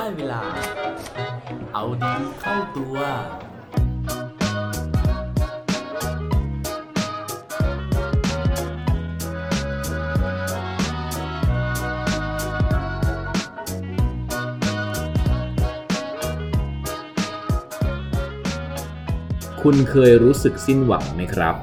ได้เวลาเอาดีเข้าตัวคุณเคยรู้สึกสิ้นหวังไหมครับ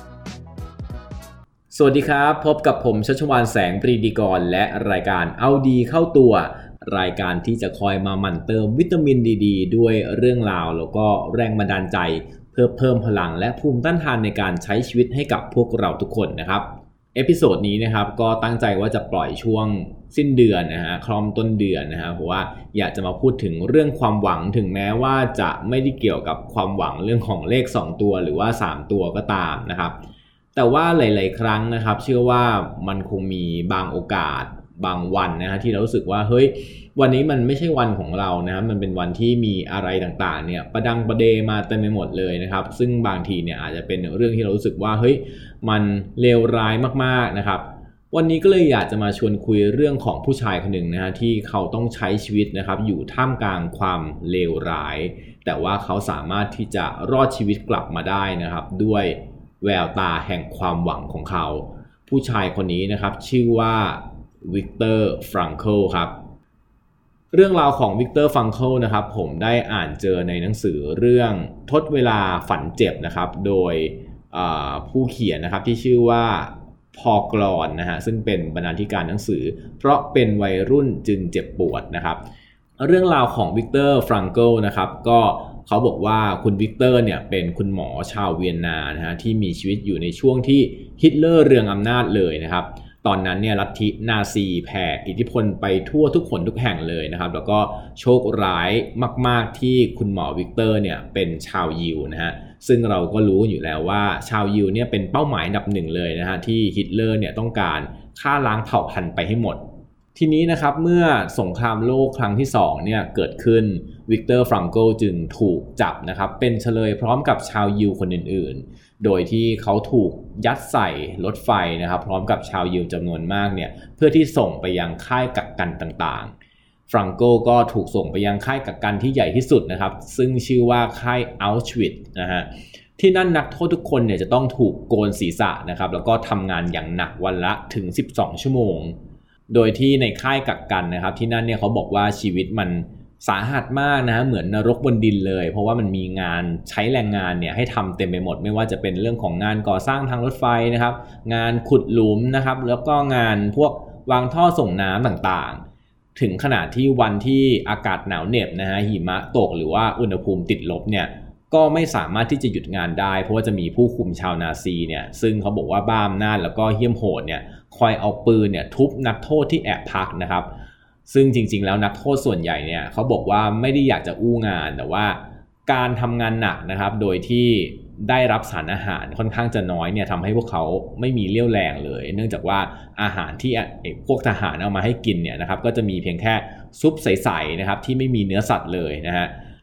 สวัสดีครับพบกับผมชัชวาลแสงปรีดีกรและรายการเอาดีเข้าตัวรายการที่จะคอยมาหมั่นเติมวิตามินดีด้วยเรื่องราวแล้วก็แรงบันดาลใจเพื่อเพิ่มพลังและภูมิต้านทานในการใช้ชีวิตให้กับพวกเราทุกคนนะครับเอพิโซดนี้นะครับก็ตั้งใจว่าจะปล่อยช่วงสิ้นเดือนนะฮะคล้อมต้นเดือนนะฮะเพราะว่าอยากจะมาพูดถึงเรื่องความหวังถึงแม้ว่าจะไม่ได้เกี่ยวกับความหวังเรื่องของเลข2ตัวหรือว่า3ตัวก็ตามนะครับแต่ว่าหลายๆครั้งนะครับเชื่อว่ามันคงมีบางโอกาสบางวันนะฮะที่เรารู้สึกว่าเฮ้ยวันนี้มันไม่ใช่วันของเรานะมันเป็นวันที่มีอะไรต่างๆเนี่ยประดังประเดมาเต็มไปหมดเลยนะครับซึ่งบางทีเนี่ยอาจจะเป็นเรื่องที่เรารู้สึกว่าเฮ้ยมันเลวร้ายมากๆนะครับวันนี้ก็เลยอยากจะมาชวนคุยเรื่องของผู้ชายคนหนึ่งนะฮะที่เขาต้องใช้ชีวิตนะครับอยู่ท่ามกลางความเลวร้ายแต่ว่าเขาสามารถที่จะรอดชีวิตกลับมาได้นะครับด้วยแววตาแห่งความหวังของเขาผู้ชายคนนี้นะครับชื่อว่าวิกเตอร์ฟรังโคลครับเรื่องราวของวิกเตอร์ฟรังโคลนะครับผมได้อ่านเจอในหนังสือเรื่องทดเวลาฝันเจ็บนะครับโดยผู้เขียนนะครับที่ชื่อว่าพอล กลอนนะฮะซึ่งเป็นบรรณาธิการหนังสือเพราะเป็นวัยรุ่นจึงเจ็บปวดนะครับเรื่องราวของวิกเตอร์ฟรังโคลนะครับก็เขาบอกว่าคุณวิกเตอร์เนี่ยเป็นคุณหมอชาวเวียนนานะฮะที่มีชีวิตอยู่ในช่วงที่ฮิตเลอร์เรืองอำนาจเลยนะครับตอนนั้นเนี่ยลัทธินาซีแผ่อิทธิพลไปทั่วทุกคนทุกแห่งเลยนะครับแล้วก็โชคร้ายมากๆที่คุณหมอวิกเตอร์เนี่ยเป็นชาวยิวนะฮะซึ่งเราก็รู้อยู่แล้วว่าชาวยิวเนี่ยเป็นเป้าหมายอันดับหนึ่งเลยนะฮะที่ฮิตเลอร์เนี่ยต้องการฆ่าล้างเผ่าพันธุ์ไปให้หมดทีนี้นะครับเมื่อสงครามโลกครั้งที่2เนี่ยเกิดขึ้นวิกเตอร์ฟรังโกลจึงถูกจับนะครับเป็นเฉลยพร้อมกับชาวยิวคนอื่นๆโดยที่เขาถูกยัดใส่รถไฟนะครับพร้อมกับชาวยิวจำนวนมากเนี่ยเพื่อที่ส่งไปยังค่ายกักกันต่างๆฟรังโกลก็ถูกส่งไปยังค่ายกักกันที่ใหญ่ที่สุดนะครับซึ่งชื่อว่าค่ายอัลชวิตซ์นะฮะที่นั่นนักโทษทุกคนเนี่ยจะต้องถูกโกนศีรษะนะครับแล้วก็ทำงานอย่างหนักวันละถึง12ชั่วโมงโดยที่ในค่ายกักกันนะครับที่นั่นเนี่ยเขาบอกว่าชีวิตมันสาหัสมากนะเหมือนนรกบนดินเลยเพราะว่ามันมีงานใช้แรงงานเนี่ยให้ทำเต็มไปหมดไม่ว่าจะเป็นเรื่องของงานก่อสร้างทางรถไฟนะครับงานขุดหลุมนะครับแล้วก็งานพวกวางท่อส่งน้ำต่างๆถึงขนาดที่วันที่อากาศหนาวเหน็บนะฮะหิมะตกหรือว่าอุณหภูมิติดลบเนี่ยก็ไม่สามารถที่จะหยุดงานได้เพราะว่าจะมีผู้คุมชาวนาซีเนี่ยซึ่งเขาบอกว่าบ้าอำนาจแล้วก็เหี้ยมโหดเนี่ยคอยเอาปืนเนี่ยทุบนักโทษที่แอบพักนะครับซึ่งจริงๆแล้วนักโทษส่วนใหญ่เนี่ยเขาบอกว่าไม่ได้อยากจะอู้งานแต่ว่าการทำงานหนักนะครับโดยที่ได้รับสารอาหารค่อนข้างจะน้อยเนี่ยทำให้พวกเขาไม่มีเรี่ยวแรงเลยเนื่องจากว่าอาหารที่พวกทหารเอามาให้กินเนี่ยนะครับก็จะมีเพียงแค่ซุปใสๆนะครับที่ไม่มีเนื้อสัตว์เลยนะฮะ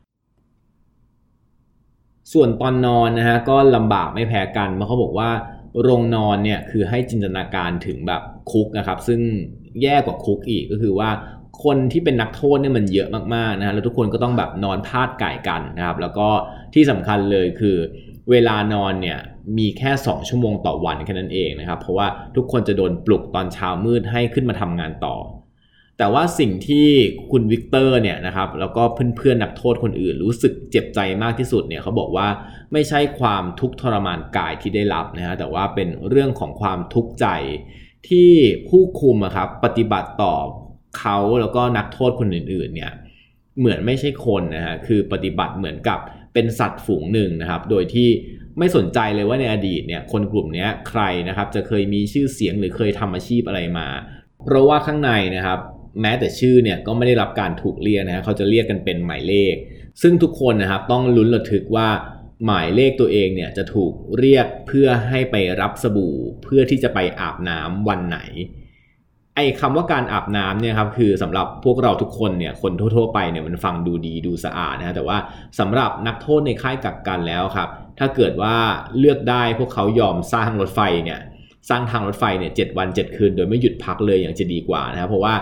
ส่วนตอนนอนนะฮะก็ลำบากไม่แพ้กันเพราะเขาบอกว่าโรงนอนเนี่ยคือให้จินตนาการถึงแบบคุกนะครับซึ่งแย่กว่าคุกอีกก็คือว่าคนที่เป็นนักโทษเนี่ยมันเยอะมากๆนะฮะแล้วทุกคนก็ต้องแบบนอนพาดก่ายกันนะครับแล้วก็ที่สำคัญเลยคือเวลานอนเนี่ยมีแค่2ชั่วโมงต่อวันแค่นั้นเองนะครับเพราะว่าทุกคนจะโดนปลุกตอนเช้ามืดให้ขึ้นมาทำงานต่อแต่ว่าสิ่งที่คุณวิกเตอร์เนี่ยนะครับแล้วก็เพื่อนๆนักโทษคนอื่นรู้สึกเจ็บใจมากที่สุดเนี่ยเขาบอกว่าไม่ใช่ความทุกข์ทรมานกายที่ได้รับนะฮะแต่ว่าเป็นเรื่องของความทุกข์ใจที่ผู้คุมครับปฏิบัติต่อเขาแล้วก็นักโทษคนอื่นๆเนี่ยเหมือนไม่ใช่คนนะฮะคือปฏิบัติเหมือนกับเป็นสัตว์ฝูงหนึ่งนะครับโดยที่ไม่สนใจเลยว่าในอดีตเนี่ยคนกลุ่มนี้ใครนะครับจะเคยมีชื่อเสียงหรือเคยทำอาชีพอะไรมาเพราะว่าข้างในนะครับแม้แต่ชื่อเนี่ยก็ไม่ได้รับการถูกเรียกนะฮะเขาจะเรียกกันเป็นหมายเลขซึ่งทุกคนนะครับต้องลุ้นระทึกว่าหมายเลขตัวเองเนี่ยจะถูกเรียกเพื่อให้ไปรับสบู่เพื่อที่จะไปอาบน้ำวันไหนไอ้คำว่าการอาบน้ำเนี่ยครับคือสำหรับพวกเราทุกคนเนี่ยคนทั่วๆไปเนี่ยมันฟังดูดีดูสะอาดนะแต่ว่าสำหรับนักโทษในค่ายกักกันแล้วครับถ้าเกิดว่าเลือกได้พวกเขายอมสร้างรถไฟเนี่ยสร้างทางรถไฟเนี่ย7 วัน 7 คืนโดยไม่หยุดพักเลยอย่างจะดีกว่านะครับเพราะว่า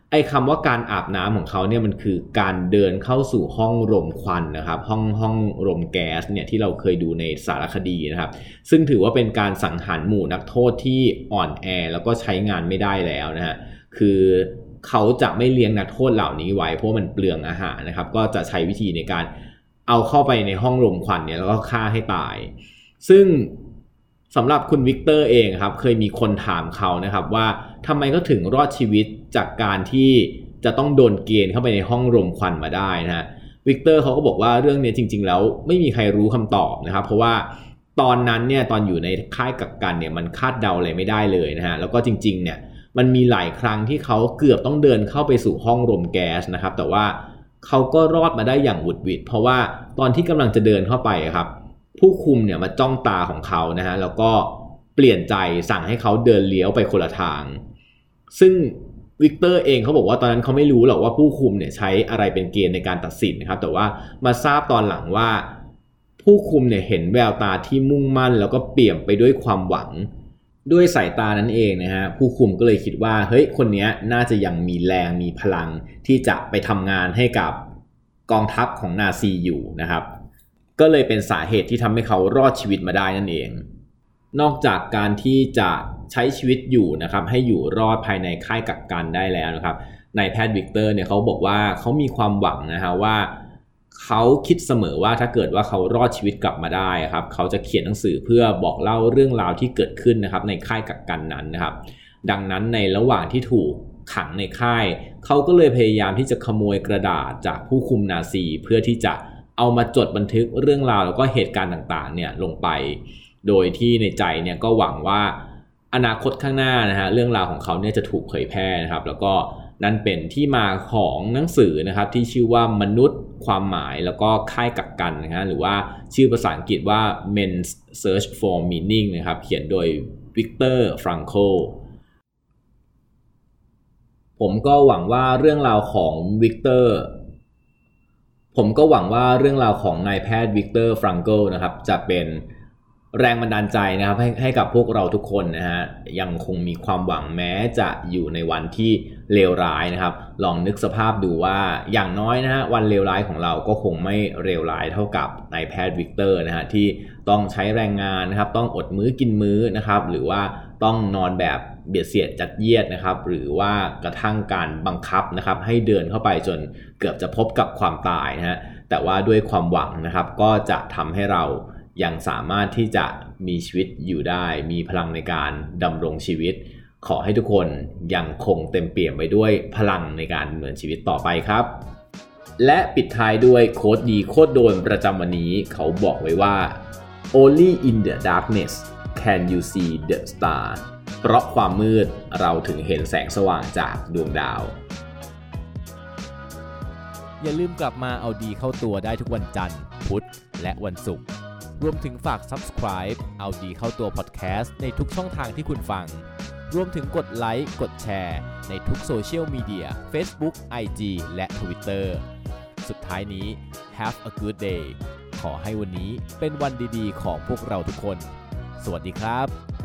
ไอ้คำว่าการอาบน้ำของเขาเนี่ยมันคือการเดินเข้าสู่ห้องรมควันนะครับห้องรมแก๊สเนี่ยที่เราเคยดูในสารคดีนะครับซึ่งถือว่าเป็นการสังหารหมู่นักโทษที่อ่อนแอแล้วก็ใช้งานไม่ได้แล้วนะฮะคือเขาจะไม่เลี้ยงนักโทษเหล่านี้ไว้เพราะมันเปลืองอาหารนะครับก็จะใช้วิธีในการเอาเข้าไปในห้องรมควันเนี่ยแล้วก็ฆ่าให้ตายซึ่งสำหรับคุณวิกเตอร์เองครับเคยมีคนถามเขานะครับว่าทำไมเขาถึงรอดชีวิตจากการที่จะต้องโดนเกณฑ์เข้าไปในห้องรมควันมาได้นะฮะวิกเตอร์เขาก็บอกว่าเรื่องนี้จริงๆแล้วไม่มีใครรู้คำตอบนะครับเพราะว่าตอนนั้นเนี่ยตอนอยู่ในค่ายกักกันเนี่ยมันคาดเดาอะไรไม่ได้เลยนะฮะแล้วก็จริงๆเนี่ยมันมีหลายครั้งที่เขาเกือบต้องเดินเข้าไปสู่ห้องรมแก๊สนะครับแต่ว่าเขาก็รอดมาได้อย่างหวุดหวิดเพราะว่าตอนที่กำลังจะเดินเข้าไปครับผู้คุมเนี่ยมาจ้องตาของเขานะฮะแล้วก็เปลี่ยนใจสั่งให้เขาเดินเลี้ยวไปคนละทางซึ่งวิกเตอร์เองเขาบอกว่าตอนนั้นเขาไม่รู้หรอกว่าผู้คุมเนี่ยใช้อะไรเป็นเกณฑ์ในการตัดสินนะครับแต่ว่ามาทราบตอนหลังว่าผู้คุมเนี่ยเห็นแววตาที่มุ่งมั่นแล้วก็เปี่ยมไปด้วยความหวังด้วยสายตานั้นเองนะฮะผู้คุมก็เลยคิดว่าเฮ้ยคนนี้น่าจะยังมีแรงมีพลังที่จะไปทำงานให้กับกองทัพของนาซีอยู่นะครับก็เลยเป็นสาเหตุที่ทำให้เขารอดชีวิตมาได้นั่นเองนอกจากการที่จะใช้ชีวิตอยู่นะครับให้อยู่รอดภายในค่ายกักกันได้แล้วนะครับนายแพทย์วิกเตอร์เนี่ยเขาบอกว่าเขามีความหวังนะฮะว่าเขาคิดเสมอว่าถ้าเกิดว่าเขารอดชีวิตกลับมาได้ครับเขาจะเขียนหนังสือเพื่อบอกเล่าเรื่องราวที่เกิดขึ้นนะครับในค่ายกักกันนั้นนะครับดังนั้นในระหว่างที่ถูกขังในค่ายเขาก็เลยพยายามที่จะขโมยกระดาษจากผู้คุมนาซีเพื่อที่จะเอามาจดบันทึกเรื่องราวแล้วก็เหตุการณ์ต่างๆเนี่ยลงไปโดยที่ในใจเนี่ยก็หวังว่าอนาคตข้างหน้านะฮะเรื่องราวของเขาเนี่ยจะถูกเผยแพร่นะครับแล้วก็นั่นเป็นที่มาของหนังสือนะครับที่ชื่อว่ามนุษย์ความหมายแล้วก็ค่ายกักกันนะฮะหรือว่าชื่อภาษาอังกฤษว่า Men's Search for Meaning นะครับเขียนโดยวิกเตอร์ฟรังโคผมก็หวังว่าเรื่องราวของวิกเตอร์นายแพทย์วิกเตอร์ฟรังโกนะครับจะเป็นแรงบันดาลใจนะครับให้กับพวกเราทุกคนนะฮะยังคงมีความหวังแม้จะอยู่ในวันที่เลวร้ายนะครับลองนึกสภาพดูว่าอย่างน้อยนะฮะวันเลวร้ายของเราก็คงไม่เลวร้ายเท่ากับนายแพทย์วิกเตอร์นะฮะที่ต้องใช้แรงงานนะครับต้องอดมื้อกินมื้อนะครับหรือว่าต้องนอนแบบเบียดเสียดจัดเยียดนะครับหรือว่ากระทั่งการบังคับนะครับให้เดินเข้าไปจนเกือบจะพบกับความตายนะฮะแต่ว่าด้วยความหวังนะครับก็จะทำให้เรายังสามารถที่จะมีชีวิตอยู่ได้มีพลังในการดำรงชีวิตขอให้ทุกคนยังคงเต็มเปี่ยมไปด้วยพลังในการดำเนินชีวิตต่อไปครับและปิดท้ายด้วยโค้ดดีโค้ดโดนประจำวันนี้เขาบอกไว้ว่า Only in the darkness can you see the star เพราะความมืดเราถึงเห็นแสงสว่างจากดวงดาวอย่าลืมกลับมาเอาดีเข้าตัวได้ทุกวันจันทร์พุธและวันศุกร์รวมถึงฝาก Subscribe เอาดีเข้าตัว Podcast ในทุกช่องทางที่คุณฟังรวมถึงกดไลค์กดแชร์ในทุกโซเชียลมีเดีย Facebook IG และ Twitter สุดท้ายนี้ Have a good day ขอให้วันนี้เป็นวันดีๆของพวกเราทุกคนสวัสดีครับ